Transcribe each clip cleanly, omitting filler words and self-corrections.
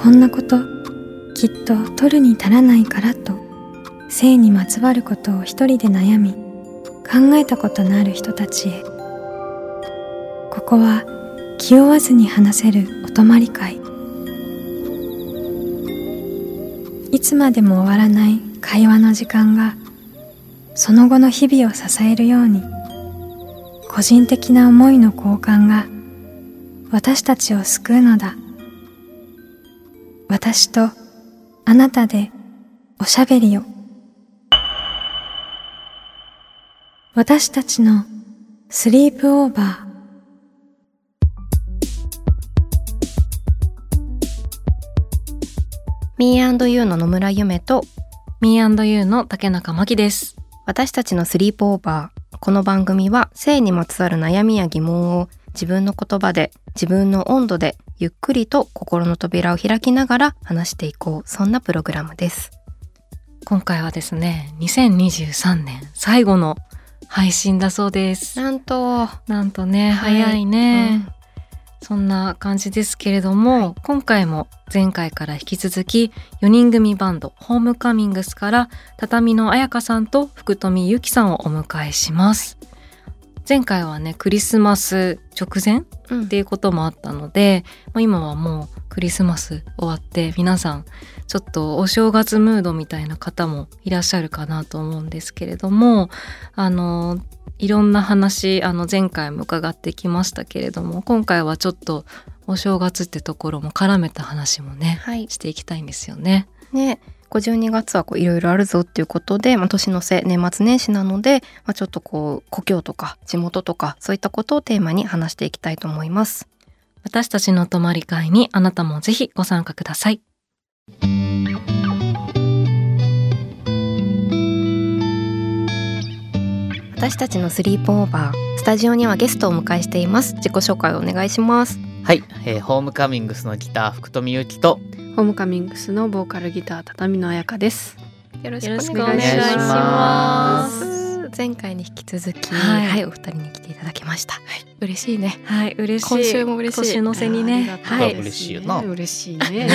こんなこときっと取るに足らないからと、性にまつわることを一人で悩み考えたことのある人たちへ。ここは気負わずに話せるお泊まり会。いつまでも終わらない会話の時間がその後の日々を支えるように、個人的な思いの交換が私たちを救うのだ。私とあなたでおしゃべりを。私たちのスリープオーバー。 Me&You の野村ゆめと Me&You の竹中真希です。 私たちのスリープオーバー。この番組は性にまつわる悩みや疑問を自分の言葉で、自分の温度でゆっくりと心の扉を開きながら話していこう、そんなプログラムです。 今回はですね、2023年最後の配信だそうです。 なんとね、早いね、そんな感じですけれども、今回も前回から引き続き4人組バンドホームカミングスから畳野彩香さんと福富由紀さんをお迎えします。前回はね、クリスマス直前っていうこともあったので、今はもうクリスマス終わって皆さんちょっとお正月ムードみたいな方もいらっしゃるかなと思うんですけれども、いろんな話前回も伺ってきましたけれども、今回はちょっとお正月ってところも絡めた話もね、していきたいんですよね。 12月はいろいろあるぞっていうことで、年の瀬年末年始なので、ちょっと故郷とか地元とかそういったことをテーマに話していきたいと思います。 私たちの泊まり会にあなたもぜひご参加ください。 私たちのスリープオーバー。スタジオにはゲストをお迎えしています。自己紹介をお願いします。 はい、ホームカミングスのギター福富由紀とホームカミングスのボーカルギター畳野彩香です。 よろしくお願いします。前回に引き続き、お二人に来ていただきました。嬉しいね。 嬉しい。 今週も嬉しい。 年の瀬にね。 嬉しいよな。 嬉しいね。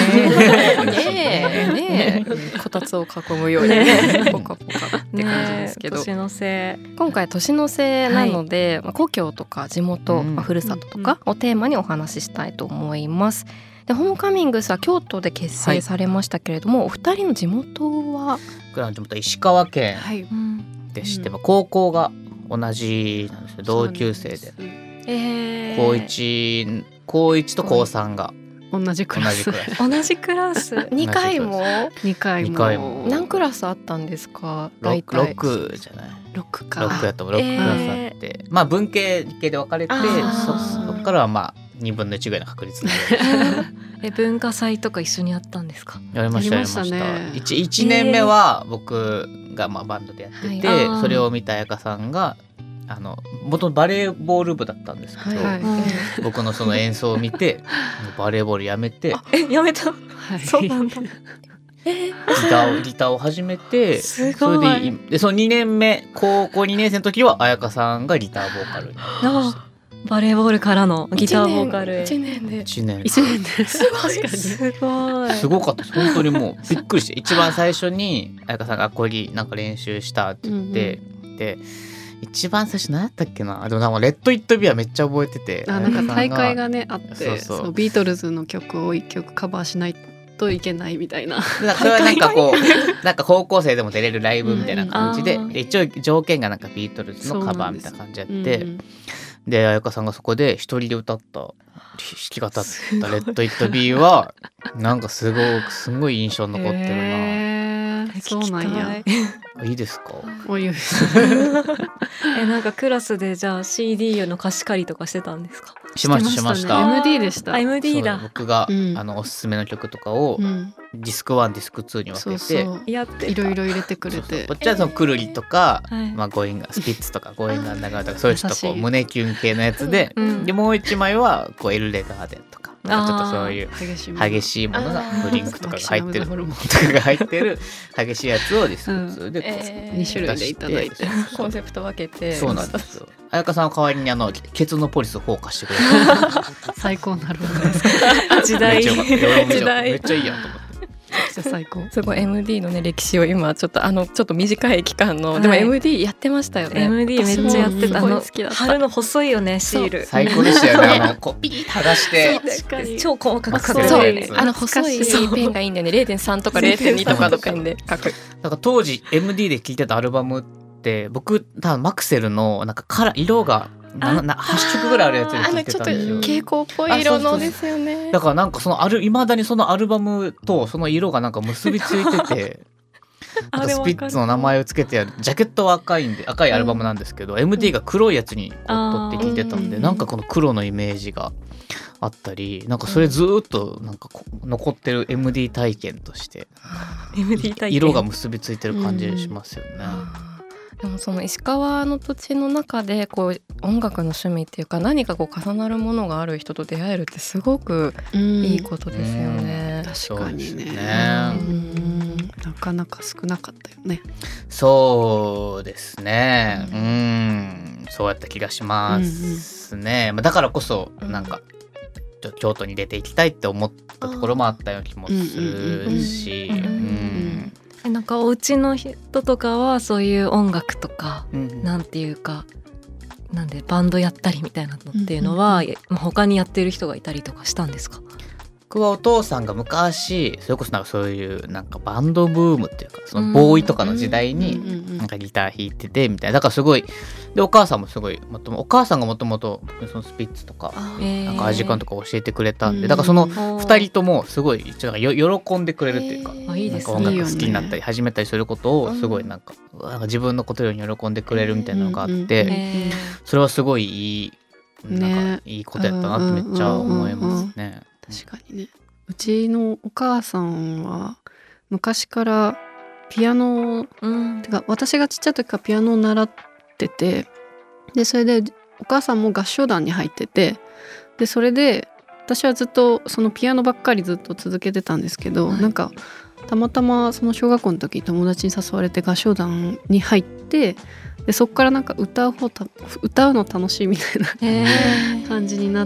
ねこたつを囲むようにポカポカって感じですけど、 年の瀬。 今回年の瀬なので、故郷とか地元、ふるさととかをテーマにお話ししたいと思います。でホームカミングスは京都で結成されましたけれども、お二人の地元は？ 僕らの地元は石川県でして、高校が同じなんですよ。同級生で、高1と高3が同じクラス同じクラス 2回も 2回も何クラスあったんですか？ 6じゃない 6か 6やと6クラスあって、文系理系で分かれて、そこからは2分の1ぐらいの確率で文化祭とか一緒にやったんですか？ やりましたね。1年目は僕がバンドでやってて、それを見た彩香さんが元バレーボール部だったんですけど、僕のその演奏を見てバレーボールやめてやめた、そうなんだ。 ギターを始めて、それでその2年目高校2年生の時は彩香さんがギターボーカルになりました。 バレーボールからのギターボーカル 1年ですごかったです。本当にもうびっくりして、一番最初に彩香さんがこれなんか練習したって言って、で一番最初何やったっけな、でもレッド・イット・ビーはめっちゃ覚えてて、 なんか大会がねあって、そうビートルズの曲を1曲カバーしないといけないみたいな。 それはなんか高校生でも出れるライブみたいな感じで、一応条件がなんかビートルズのカバーみたいな感じやって、で彩香さんがそこで一人で弾き語ったレッド・イット・ビーはなんかすごい印象に残ってるな。 そうなんや。 いいですか？ いいですなんかクラスでじゃあ CD の貸し借りとかしてたんですか？ しました。 MD でした。 MD だ。 僕が、おすすめの曲とかを、ディスク1ディスク2に分けてやっていろいろ入れてくれて、 こっちはそのクルリとか、ゴーインガースピッツとかゴーインガー長とかそういうちょっと胸キュン系のやつで、でもう一枚はエルレガーデンとかちょっとそういう激しいものがドリンクとかが入ってる激しいやつをディスコ2で 2種類でいただいてコンセプト分けて。 そうなんですよ。彩香さんは代わりにケツのポリスを放火してくれた最高になるものですか。 時代めっちゃいいやんと思って。 最高。 すごい MD のね歴史を今ちょっと短い期間の、でも MD やってましたよね。 MD めっちゃやってた。 好きだった。 貼るの細いよね、シール。 最高でしたよね。こうピーッ剥がして超細かく書ける。 そうね、細いペンがいいんだよね。 0.3 とか 0.2 とかのペンで書く。 なんか当時 MD で聴いてたアルバムって僕多分マクセルのなんか色が8色ぐらいあるやつで聴いてたんですよ。 ちょっと蛍光っぽい色のですよね。 だからなんか未だにそのアルバムとその色がなんか結びついててなんかスピッツの名前をつけてあるジャケットは赤いアルバムなんですけど、MD が黒いやつに取って聴いてたんで、なんかこの黒のイメージがあったり、なんかそれずっとなんか残ってる MD 体験として色が結びついてる感じしますよね。 でもその石川の土地の中でこう音楽の趣味っていうか何かこう重なるものがある人と出会えるってすごくいいことですよね。 確かにね。なかなか少なかったよね。 そうですね。そうやった気がしますね。だからこそなんか京都に出ていきたいって思ったところもあったような気もするし。 なんかお家の人とかはそういう音楽とか、なんていうかなんでバンドやったりみたいなのっていうのは、他にやってる人がいたりとかしたんですか？ 僕はお父さんが昔それこそなんかそういうなんかバンドブームっていうかそのボーイとかの時代になんかギター弾いててみたいな、だからすごいでお母さんもすごいお母さんがもともとそのスピッツとかなんかアジカンとか教えてくれたんで、だからその2人ともすごい喜んでくれるっていうか、なんか音楽好きになったり始めたりすることをすごいなんか自分のことより喜んでくれるみたいなのがあって、それはすごいいいことやったなってめっちゃ思いますね。 確かにね。うちのお母さんは昔からピアノ、てか私がちっちゃい時からピアノを習ってて、でそれでお母さんも合唱団に入ってて、でそれで私はずっとそのピアノばっかりずっと続けてたんですけど、なんかたまたまその小学校の時友達に誘われて合唱団に入って、でそこからなんか歌うの楽しいみたいな感じになって、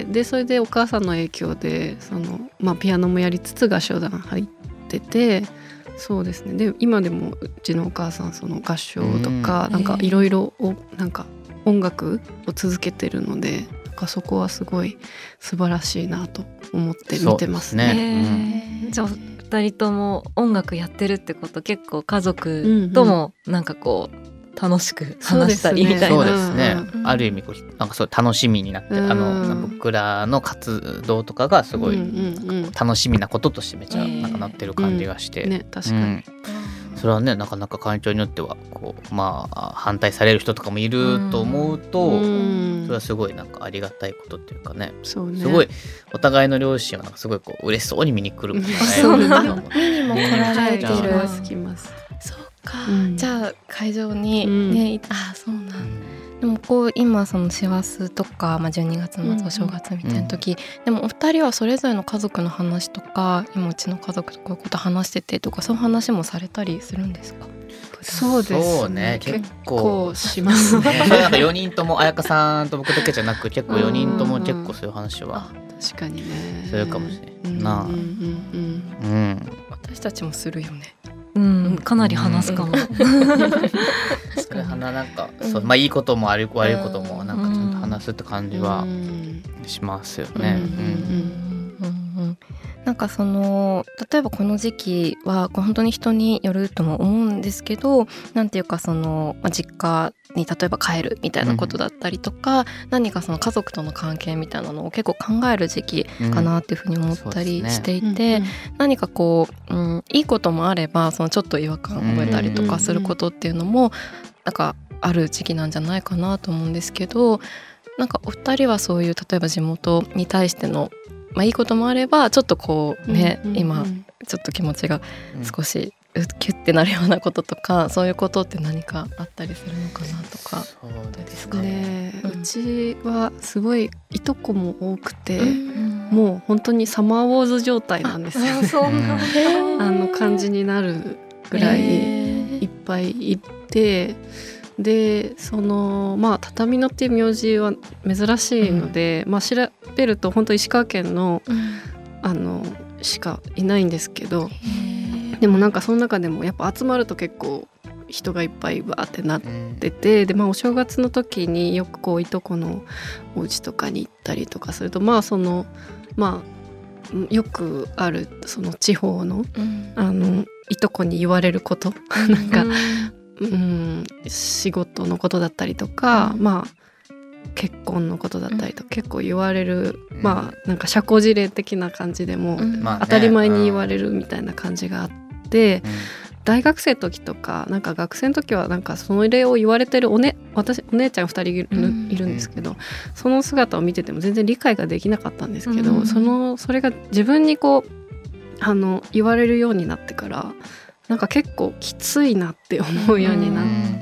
でそれでお母さんの影響でピアノもやりつつ合唱団入ってて、そうですね。で今でもうちのお母さんその合唱とかなんかいろいろなんか音楽を続けてるので、なんかそこはすごい素晴らしいなと思って見てますね。 じゃあ2人とも音楽やってるってこと、結構家族ともなんかこう楽しく話したりみたいな。 そうですね。ある意味なんかそう楽しみになって、僕らの活動とかがすごい楽しみなこととしてめっちゃなんかなってる感じがして、 ね、確かに、 それはねなかなか環境によってはこう反対される人とかもいると思うと、それはすごいなんかありがたいことっていうかね、 そうね、 すごいお互いの両親はなんかすごいこう嬉しそうに見に来るみたいな。 そうなの。見にも来られてる。 来ます。 そうか。じゃあ会場にね、そうなん。でもこう今その師走とか、12月末お正月みたいな時、でもお二人はそれぞれの家族の話とか、今うちの家族とこういうこと話しててとか、そういう話もされたりするんですか？ そうですね。結構しますね。 それなんか4人とも彩香さんと僕だけじゃなく結構4人とも結構そういう話は確かにねするかもしれないな。 私たちもするよね。 かなり話すかも。 なんかそういいことも悪いこともなんかちゃんと話すって感じはしますよね。 なんかその例えばこの時期は本当に人によるとも思うんですけど、なんていうかその、実家に例えば帰るみたいなことだったりとか、何かその家族との関係みたいなのを結構考える時期かなっていうふうに思ったりしていて、何かこう、いいこともあればそのちょっと違和感を覚えたりとかすることっていうのもなんかある時期なんじゃないかなと思うんですけど、なんかお二人はそういう例えば地元に対してのいいこともあればちょっとこうね、今ちょっと気持ちが少しキュッてなるようなこととか、そういうことって何かあったりするのかなとか。 そうですね。うちはすごいいとこも多くて、 もう本当にサマーウォーズ状態なんですよね。 そうなんだ感じになるぐらいいっぱいいて、で畳野っていう名字は珍しいので、調べると本当石川県の、しかいないんですけど、でもなんかその中でもやっぱ集まると結構人がいっぱいバーってなってて、でお正月の時によくこういとこのお家とかに行ったりとかするとよくあるその地方の、いとこに言われることなんか、仕事のことだったりとか、結婚のことだったりとか、結構言われる、なんか社交辞令的な感じでも、当たり前に言われるみたいな感じがあって、大学生の時とかなんか学生の時はなんかそれを言われてるお姉ちゃん2人いるんですけど、その姿を見てても全然理解ができなかったんですけど、それが自分にこう言われるようになってからなんか結構きついなって思うようになって、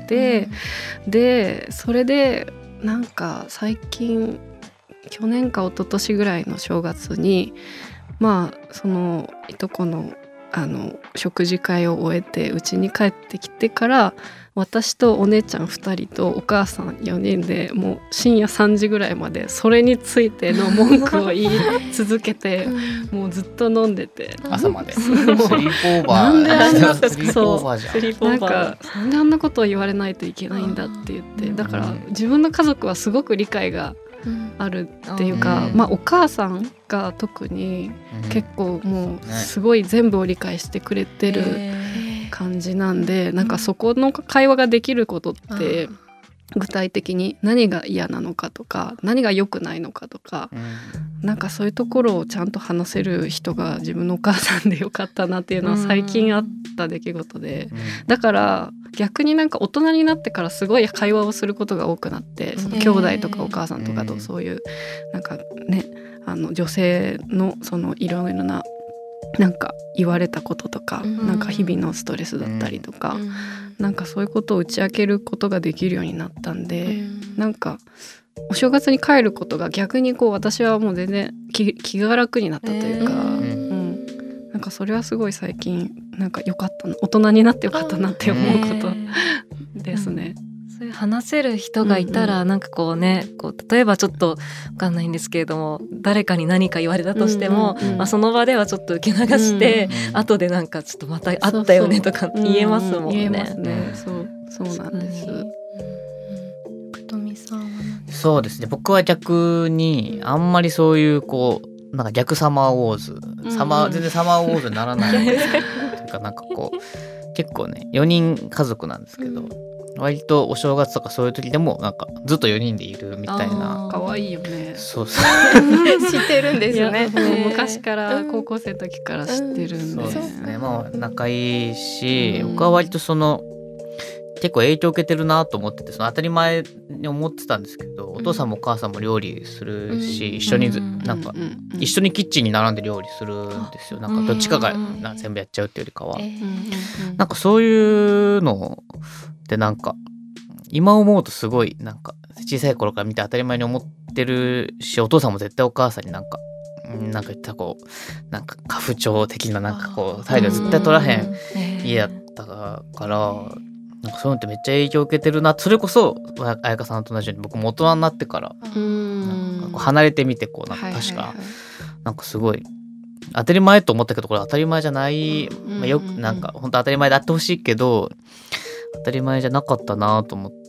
でそれでなんか最近去年か一昨年ぐらいの正月にそのいとこの食事会を終えて家に帰ってきてから、私とお姉ちゃん2人とお母さん4人でもう深夜3時ぐらいまでそれについての文句を言い続けてもうずっと飲んでて朝までスリープオーバーなんであんなスリープオーバーじゃん。 スリープオーバーなんであんなことを言われないといけないんだって言って、だから自分の家族はすごく理解があるっていうか、お母さんが特に結構もうすごい全部を理解してくれてる感じなんで、なんかそこの会話ができることって具体的に何が嫌なのかとか何が良くないのかとか、なんかそういうところをちゃんと話せる人が自分のお母さんでよかったなっていうのは最近あった出来事で、だから逆になんか大人になってからすごい会話をすることが多くなって、その兄弟とかお母さんとかとそういうなんかね、女性のそのいろいろななんか言われたこととか、なんか日々のストレスだったりとか、なんかそういうことを打ち明けることができるようになったんで、なんかお正月に帰ることが逆にこう私はもう全然気が楽になったというか、なんかそれはすごい最近なんか良かったな、大人になって良かったなって思うことですね。 そういう話せる人がいたら、なんかこうね、こう例えばちょっと分かんないんですけれども、誰かに何か言われたとしても、その場ではちょっと受け流して、後でなんかちょっとまたあったよねとか言えますもんね。 言えますね。そうなんです。 福富さんはそうですね、僕は逆にあんまりそういうこうなんか逆サマーウォーズ、全然サマーウォーズにならないというか、なんかこう結構ね4人家族なんですけど、割とお正月とかそういう時でもなんかずっと4人でいるみたいな。 可愛いよね。 そうそう知ってるんですよね。 昔から高校生の時から知ってるんで、 そうですね、仲いいし、僕は割とその結構影響を受けてるなと思ってて、その当たり前に思ってたんですけど、お父さんもお母さんも料理するし、一緒になんか一緒にキッチンに並んで料理するんですよ。なんかどっちかが全部やっちゃうっていうよりかは、なんかそういうのでなんか今思うとすごいなんか小さい頃から見て当たり前に思ってるし、お父さんも絶対お母さんになんか言ったこうなんか家父長的ななんかこう態度は絶対取らへん家だったから、なんかそういうのってめっちゃ影響を受けてるな。それこそ彩香さんと同じように僕も大人になってからなんかこう離れてみてこうなんか確かなんかすごい当たり前と思ったけどこれ当たり前じゃない、よくなんか本当当たり前であってほしいけど当たり前じゃなかったなと思って、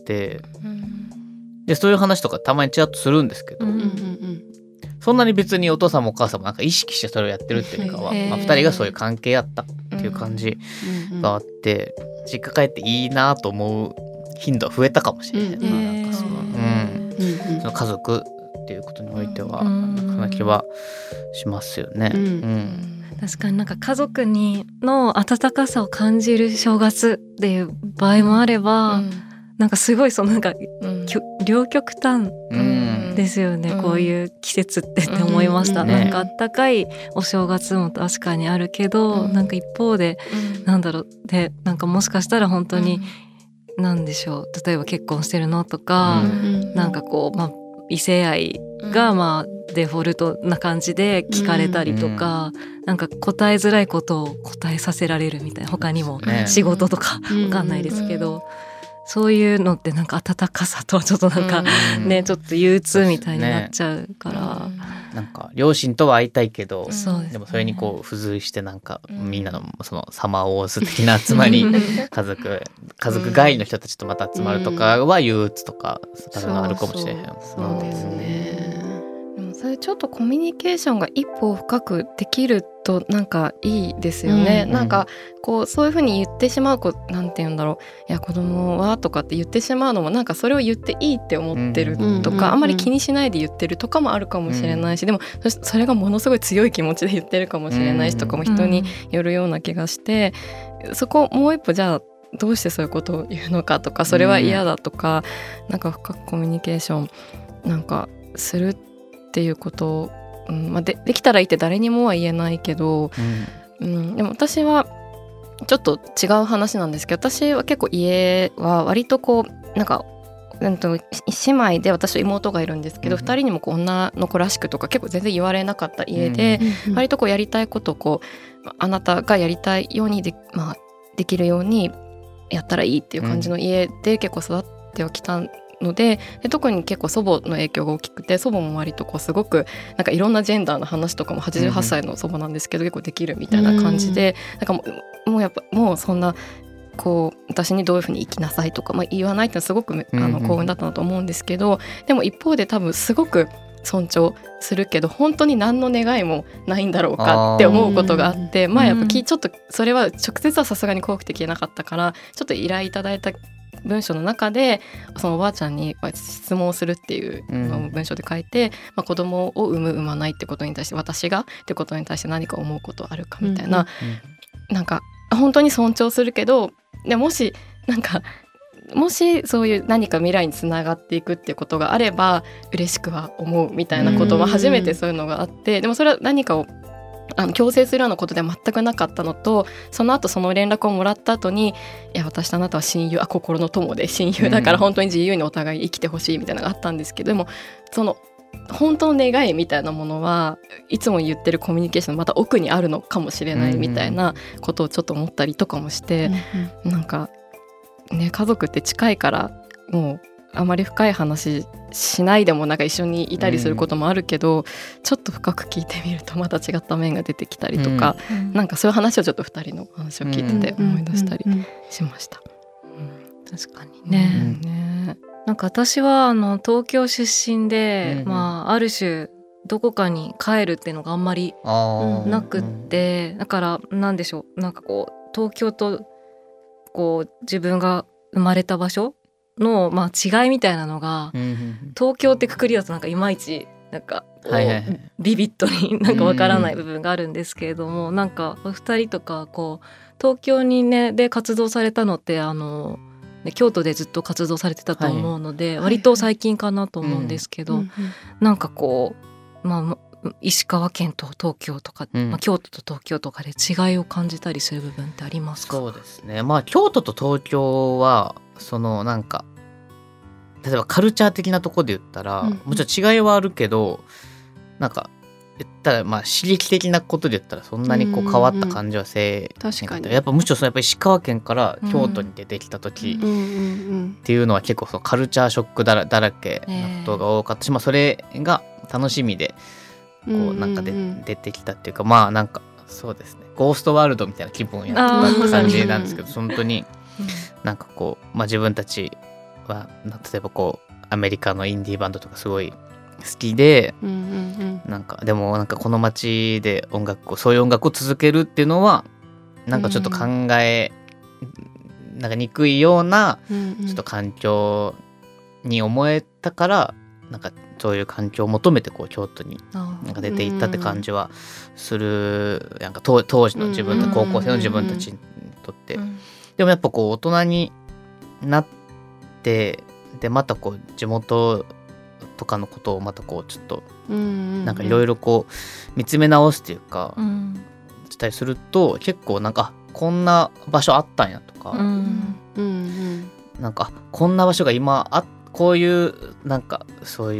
でそういう話とかたまにちらっとするんですけど、そんなに別にお父さんもお母さんもなんか意識してそれをやってるっていうかは、2人がそういう関係あったっていう感じがあって、実家帰っていいなと思う頻度は増えたかもしれないな、なんかその家族っていうことにおいてはなんかそんな気はしますよね。 確かになんか家族の温かさを感じる正月っていう場合もあれば、なんかすごいそのなんか、両極端ですよね、こういう季節って思いました。なんかあったかいお正月も確かにあるけど、なんか一方で、なんだろうでなんかもしかしたら本当に、なんでしょう、例えば結婚してるのとか、なんかこう異性愛がデフォルトな感じで聞かれたりとか、なんか答えづらいことを答えさせられるみたいな、他にも仕事とかわかんないですけど、そういうのってなんか温かさとちょっとなんかね、ちょっと憂鬱みたいになっちゃうから、 なんか両親とは会いたいけど、 そうですね、 でもそれにこう付随してなんかみんなのそのサマーウォーズ的な集まり、家族外の人たちとまた集まるとかは憂鬱とか多分あるかもしれへん。 そうですね。 でもそれちょっとコミュニケーションが一歩深くできるとなんかいいですよね。なんかこうそういうふうに言ってしまうなんて言うんだろう、いや子供はとかって言ってしまうのもなんかそれを言っていいって思ってるとか、あんまり気にしないで言ってるとかもあるかもしれないし、でもそれがものすごい強い気持ちで言ってるかもしれないしとかも人によるような気がして、そこもう一歩じゃあどうしてそういうことを言うのかとか、それは嫌だとか、なんか深くコミュニケーションなんかするっていうことを、できたらいいって誰にもは言えないけど、でも私はちょっと違う話なんですけど、私は結構家は割とこうなんか姉妹で私と妹がいるんですけど、2人にもこう女の子らしくとか結構全然言われなかった家で、割とこうやりたいことをこうあなたがやりたいようにできるようにやったらいいっていう感じの家で結構育ってはきたので、特に結構祖母の影響が大きくて、祖母も割とこうすごくなんかいろんなジェンダーの話とかも88歳の祖母なんですけど、結構できるみたいな感じで、なんかもうやっぱもうそんなこう私にどういうふうに生きなさいとか、言わないってのはすごく幸運だったなと思うんですけど、でも一方で多分すごく尊重するけど本当に何の願いもないんだろうかって思うことがあって、やっぱちょっとそれは直接はさすがに怖くて聞けなかったから、ちょっと依頼いただいた文章の中でそのおばあちゃんに質問をするっていうのを文章で書いて、子供を産む産まないってことに対して私がってことに対して何か思うことあるかみたいな、なんか本当に尊重するけど、でもしそういう何か未来につながっていくっていうことがあれば嬉しくは思うみたいなことは初めてそういうのがあって、でもそれは何かを強制するようなことでは全くなかったのと、その後その連絡をもらった後に、いや私とあなたは親友、心の友で親友だから本当に自由にお互い生きてほしいみたいなのがあったんですけど、でもその本当の願いみたいなものはいつも言ってるコミュニケーションのまた奥にあるのかもしれないみたいなことをちょっと思ったりとかもして、なんかね、家族って近いからもうあまり深い話しないでもなんか一緒にいたりすることもあるけど、ちょっと深く聞いてみるとまた違った面が出てきたりとか、なんかそういう話をちょっと2人の話を聞いてて思い出したりしました。 確かにね。なんか私は東京出身で、ある種どこかに帰るっていうのがあんまりなくって、だからなんでしょう、なんかこう東京とこう自分が生まれた場所の違いみたいなのが、東京ってくくりだとなんかいまいちなんかビビッドになんかわからない部分があるんですけれども、なんかお二人とかこう東京にねで活動されたのって京都でずっと活動されてたと思うので、割と最近かなと思うんですけど、なんかこう石川県と東京とか、京都と東京とかで違いを感じたりする部分ってありますか？ そうですね、京都と東京はそのなんか例えばカルチャー的なところで言ったら、もちろん違いはあるけど、なんか言ったら刺激的なことで言ったらそんなにこう変わった感じはせえ、 確かにやっぱむしろやっぱ石川県から京都に出てきた時っていうのは結構そのカルチャーショックだらけなことが多かったし、それが楽しみでこうなんか出てきたっていうか、なんかそうですね、ゴーストワールドみたいな気分やった感じなんですけど、本当になんかこう、自分たちは例えばこうアメリカのインディーバンドとかすごい好きで、なんかでもなんかこの街でそういう音楽を続けるっていうのはなんかちょっと考えなんかにくいようなちょっと環境に思えたから、なんかそういう環境を求めてこう京都になんか出ていったって感じはする、なんか当時の自分高校生の自分たちにとって、でもやっぱこう大人になってでまたこう地元とかのことをまたこうちょっとなんかいろいろこう見つめ直すっていうかしたりすると、結構なんかこんな場所あったんやとか、なんかこんな場所が今こういうなんかそういう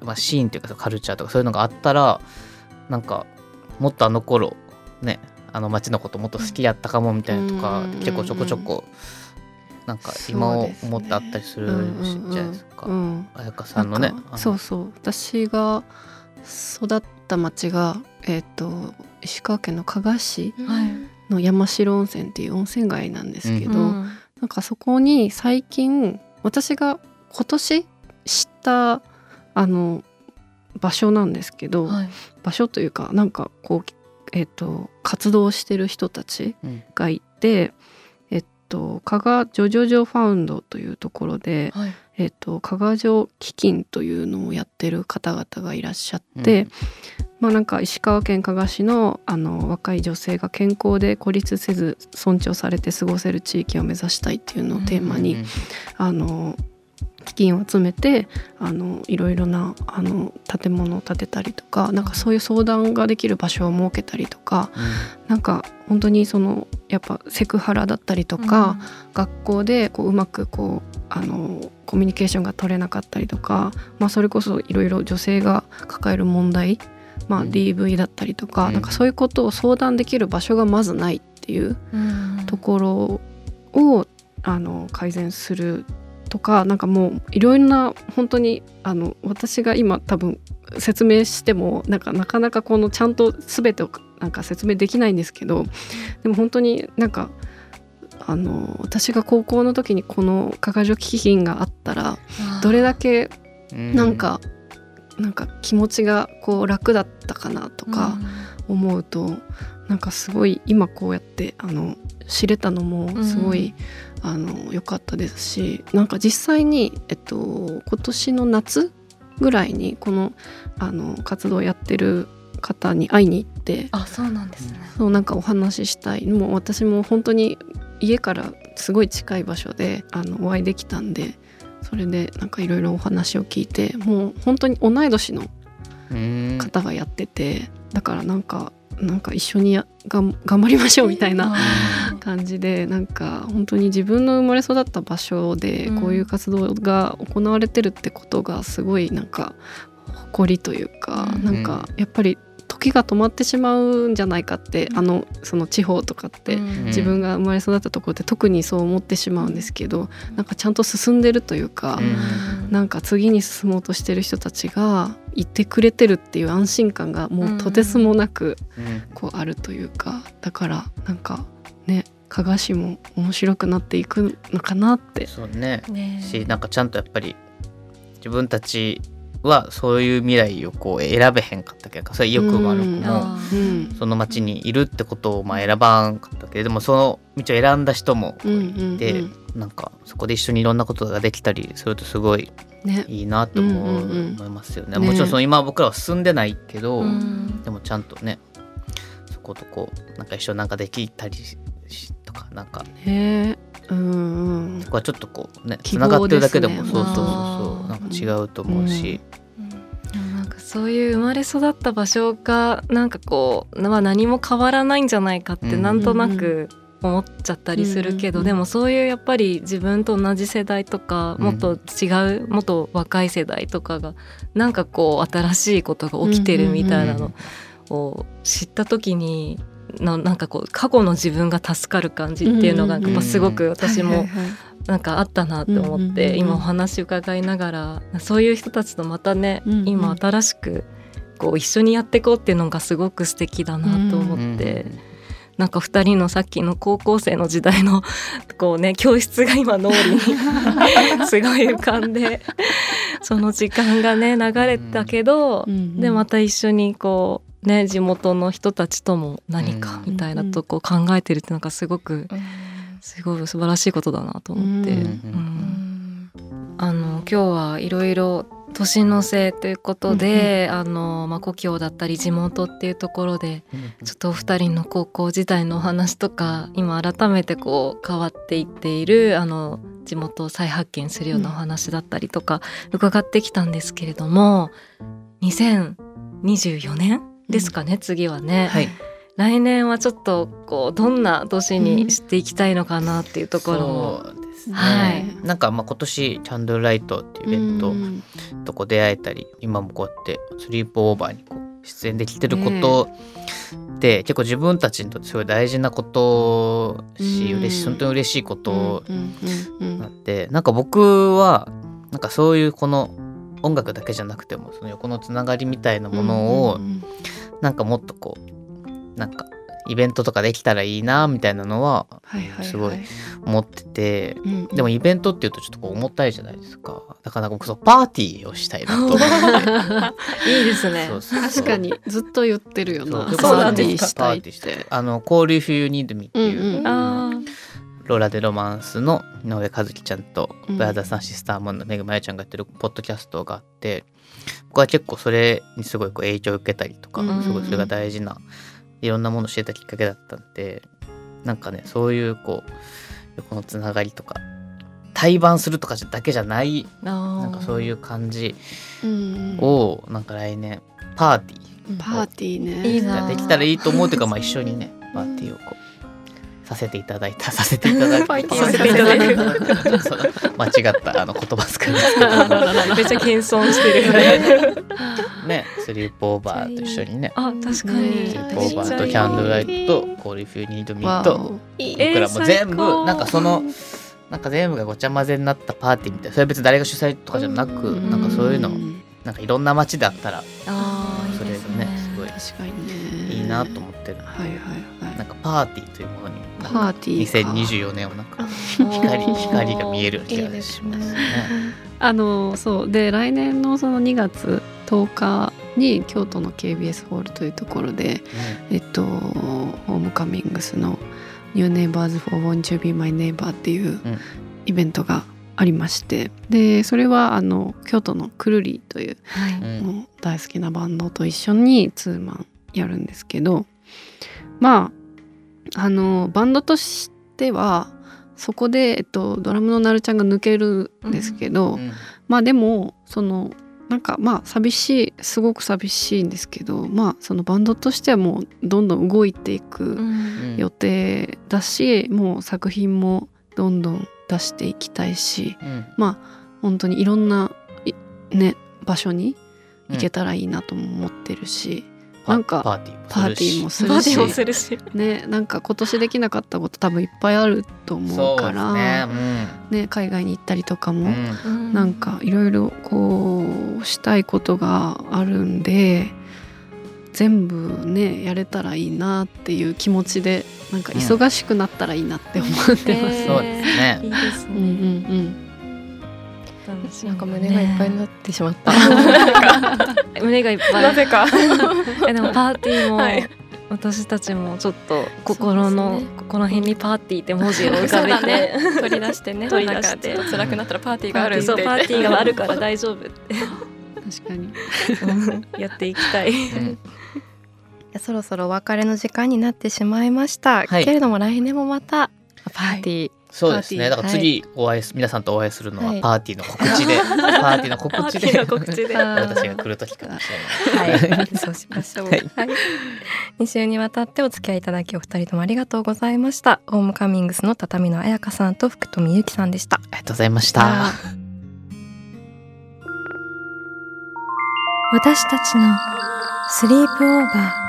シーンというかカルチャーとかそういうのがあったらなんかもっとあの頃ね街のこともっと好きやったかもみたいなとか、結構ちょこちょこなんか今思ってあったりするじゃないですか。彩香さんのね。 そう私が育った町が、石川県の加賀市の山代温泉っていう温泉街なんですけど、なんかそこに最近私が今年知った場所なんですけど、場所というかなんかこう、活動してる人たちがいて、加賀ジョジョジョファウンドというところで、加賀城基金というのをやってる方々がいらっしゃって、なんか石川県加賀市の若い女性が健康で孤立せず尊重されて過ごせる地域を目指したいっていうのをテーマに、基金を集めていろいろな建物を建てたりとか、なんかそういう相談ができる場所を設けたりとか、なんか本当にやっぱセクハラだったりとか、学校でうまくコミュニケーションが取れなかったりとか、それこそいろいろ女性が抱える問題、DV だったりとか、なんかそういうことを相談できる場所がまずないっていうところを改善するとか、なんかもういろいろな本当に私が今多分説明してもなかなかちゃんと全てをなんか説明できないんですけど、でも本当になんか私が高校の時にこの加賀城基金があったらどれだけなんか気持ちが楽だったかなとか思うと、なんかすごい今こうやって知れたのもすごい良かったですし、なんか実際に今年の夏ぐらいにこの活動をやってる方に会いに行って、 そうなんですね。 なんかお話ししたい、もう私も本当に家からすごい近い場所でお会いできたんで、それでなんかいろいろお話を聞いて、もう本当に同い年の方がやってて、だからなんか一緒に頑張りましょうみたいな感じで、なんか本当に自分の生まれ育った場所でこういう活動が行われてるってことがすごいなんか誇りというか、なんかやっぱり時が止まってしまうんじゃないかって、その地方とかって自分が生まれ育ったところって特にそう思ってしまうんですけど、なんかちゃんと進んでるというか、なんか次に進もうとしてる人たちがいてくれてるっていう安心感がもうとてつもなくあるというか、だからなんかね、加賀市も面白くなっていくのかなって。 そうね。なんかちゃんとやっぱり自分たちはそういう未来を選べへんかったけど、それよくも悪くもその町にいるってことを選ばんかったけれども、その道を選んだ人もいて、なんかそこで一緒にいろんなことができたりするとすごいいいなと思いますよね。もちろん今僕らは進んでないけど、でもちゃんとねそことなんか一緒になんかできたりとか、なんかそこはちょっとつながってるだけでもそうなんか違うと思うし、 なんかそういう生まれ育った場所がなんか何も変わらないんじゃないかってなんとなく思っちゃったりするけど、でもそういうやっぱり自分と同じ世代とかもっと違うもっと若い世代とかがなんか新しいことが起きてるみたいなのを知った時になんか過去の自分が助かる感じっていうのがやっぱすごく私もなんかあったなって思って、今お話伺いながらそういう人たちとまたね、今新しく一緒にやっていこうっていうのがすごく素敵だなと思って、なんか2人のさっきの高校生の時代の教室が今脳裏にすごい浮かんでその時間がね流れたけど、でまた一緒に地元の人たちとも何かみたいなとこ考えてるってなんかすごく素晴らしいことだなと思って、今日はいろいろ年の瀬ということで、故郷だったり地元っていうところでちょっとお二人の高校時代のお話とか、今改めて変わっていっている地元を再発見するようなお話だったりとか伺ってきたんですけれども、2024年ですかね、次はね、来年はちょっとどんな年にしていきたいのかなっていうところも、 そうですですね、 はい、 なんかまあ今年キャンドルライトっていうイベントとこう出会えたり、今もこうやってスリープオーバーにこう出演できてることで、結構自分たちにとってすごい大事なことし、本当に嬉しいことなんで、なんか僕はなんかそういうこの音楽だけじゃなくてもその横のつながりみたいなものをなんかもっとこうなんかイベントとかできたらいいなみたいなのはすごい思ってて、でもイベントっていうとちょっとこう重たいじゃないですか。だから僕そうパーティーをしたいなと思っていいですね。 そう確かにずっと言ってるよな。 そうなんですか。 したいって Call If You Need Me っていう、ローラ・デ・ロマンスの井上和樹ちゃんとブラザーさんシスターモンのめぐまゆちゃんがやってるポッドキャストがあって、僕は結構それにすごいこう影響を受けたりとか、すごいそれが大事ないろんなものを知れたきっかけだったんで、なんかねそういうこう横のつながりとか対バンするとかだけじゃないなんかそういう感じをなんか来年パーティーねいいなできたらいいと思うというか、まあ一緒にねパーティーをこうさせていただいた間違った言葉遣いですけどめっちゃ謙遜してるね、スリープオーバーと一緒にね、 あ、確かにスリープオーバーとキャンドルライトとCall If You Need Meと僕らも全部なんかそのなんか全部がごちゃ混ぜになったパーティーみたいな、それは別に誰が主催とかじゃなく、なんかそういうのなんかいろんな街であったらそれがねすごい確かにねいいなと思ってるので、なんかパーティーというものにパーティー 2024年をなんか光が見える気がしますね。 そうで来年のその2月10日に京都の KBS ホールというところで、ホームカミングスの New Neighbors for Won't You Be My Neighbor っていうイベントがありまして、でそれは京都のくるりという、もう大好きなバンドと一緒にツーマンやるんですけど、まあバンドとしてはそこで、ドラムのなるちゃんが抜けるんですけど、まあでもそのなんかまあすごく寂しいんですけど、まあそのバンドとしてはもうどんどん動いていく予定だし、もう作品もどんどん出していきたいし、まあ本当にいろんなね場所に行けたらいいなとも思ってるし、なんかパーティーもするしね、なんか今年できなかったこと多分いっぱいあると思うから、ね、海外に行ったりとかも、なんかいろいろこうしたいことがあるんで、全部ねやれたらいいなっていう気持ちで、なんか忙しくなったらいいなって思ってます。 そうですね。 いいですね。 なんか胸がいっぱいになってしまった。 胸がいっぱい。 なぜか。 でもパーティーも、私たちもちょっとここの辺にパーティーって文字を浮かべて、 取り出してね。取り出して。辛くなったらパーティーがあるって。 そう、パーティーがあるから大丈夫って。 確かにやっていきたい。 そろそろお別れの時間になってしまいました。けれども来年もまたパーティー。 そうですね。だから次皆さんとお会いするのはパーティーの告知で、パーティーの告知で私が来る時かもしれない。 そうしましょう。2週にわたってお付き合いいただきお二人ともありがとうございました。ホームカミングスの畳野彩香さんと福富由紀さんでした。 ありがとうございました。 私たちのスリープオーバー。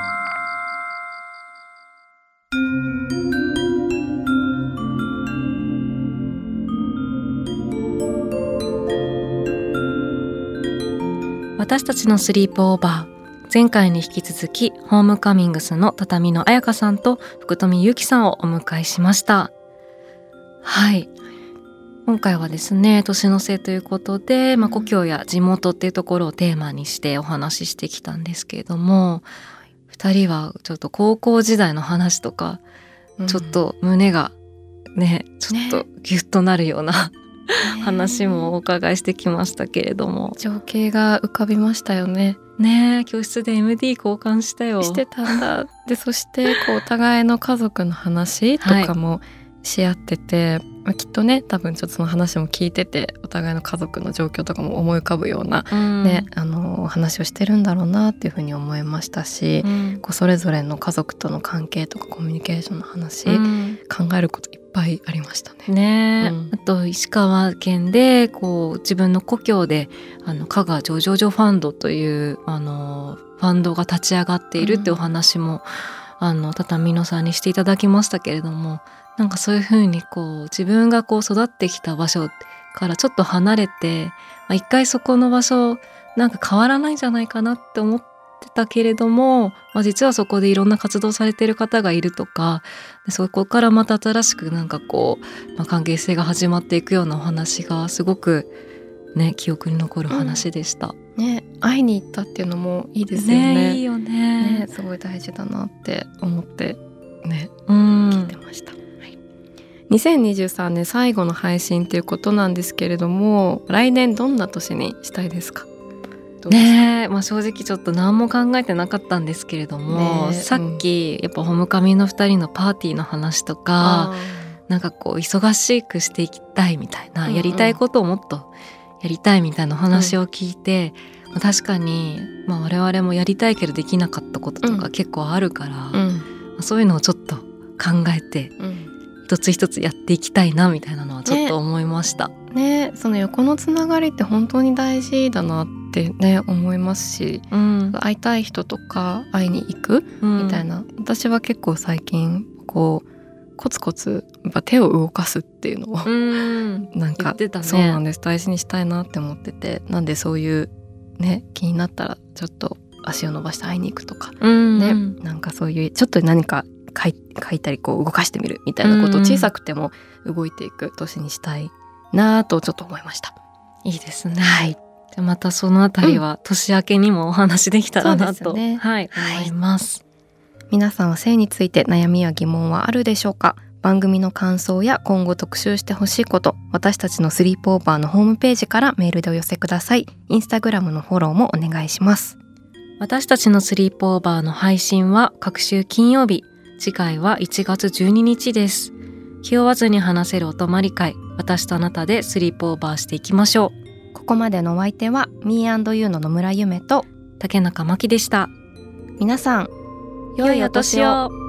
私たちのスリープオーバー、前回に引き続きホームカミングスの畳野彩香さんと福富由紀さんをお迎えしました。はい、今回はですね、年の瀬ということで、故郷や地元っていうところをテーマにしてお話ししてきたんですけれども、2人はちょっと高校時代の話とか、ちょっと胸がねちょっとギュッとなるような、話もお伺いしてきましたけれども、 情景が浮かびましたよね。 ねえ、教室で MD 交換したよ。 してたんだ。でそしてこうお互いの家族の話とかもし合ってて、きっとね多分ちょっとその話も聞いてて、お互いの家族の状況とかも思い浮かぶような、話をしてるんだろうなっていうふうに思いましたし、こうそれぞれの家族との関係とかコミュニケーションの話、考えることいっぱいありましたね。 ね、あと石川県でこう自分の故郷で加賀ジョジョジョファンドというファンドが立ち上がっているってお話も、畳野さんにしていただきましたけれども、なんかそういう風にこう自分がこう育ってきた場所からちょっと離れて、一回そこの場所なんか変わらないんじゃないかなって思ってたけれども、実はそこでいろんな活動されている方がいるとか、でそこからまた新しくなんかこう、関係性が始まっていくようなお話がすごくね、記憶に残る話でした。 ね、会いに行ったっていうのもいいですよね。 いいよね。 すごい大事だなって思ってね、聞いてました。2023年最後の配信ということなんですけれども、来年どんな年にしたいですか？ ねえ、正直ちょっと何も考えてなかったんですけれども、さっきやっぱホームカミンの2人のパーティーの話とか、なんかこう忙しくしていきたいみたいな、やりたいことをもっとやりたいみたいなお話を聞いて、確かに、我々もやりたいけどできなかったこととか結構あるから、そういうのをちょっと考えて、一つ一つやっていきたいなみたいなのはちょっと思いました。 ね、その横のつながりって本当に大事だなってね思いますし、会いたい人とか会いに行くみたいな、私は結構最近こうコツコツやっぱ手を動かすっていうのをなんか、そうなんです、大事にしたいなって思ってて、なんでそういうね気になったらちょっと足を伸ばして会いに行くとか、ね、なんかそういうちょっと何か書いたりこう動かしてみるみたいなことを小さくても動いていく年にしたいなとちょっと思いました。 いいですね。はい。じゃあまたそのあたりは年明けにもお話できたらなと、思います。 皆さんは性について悩みや疑問はあるでしょうか？番組の感想や今後特集してほしいこと、私たちのスリープオーバーのホームページからメールでお寄せください。インスタグラムのフォローもお願いします。 私たちのスリープオーバーの配信は各週金曜日、次回は1月12日です。気負わずに話せるお泊まり会、私とあなたでスリープオーバーしていきましょう。ここまでのお相手は Me&You の野村ゆめと竹中真希でした。 皆さん、良いお年を。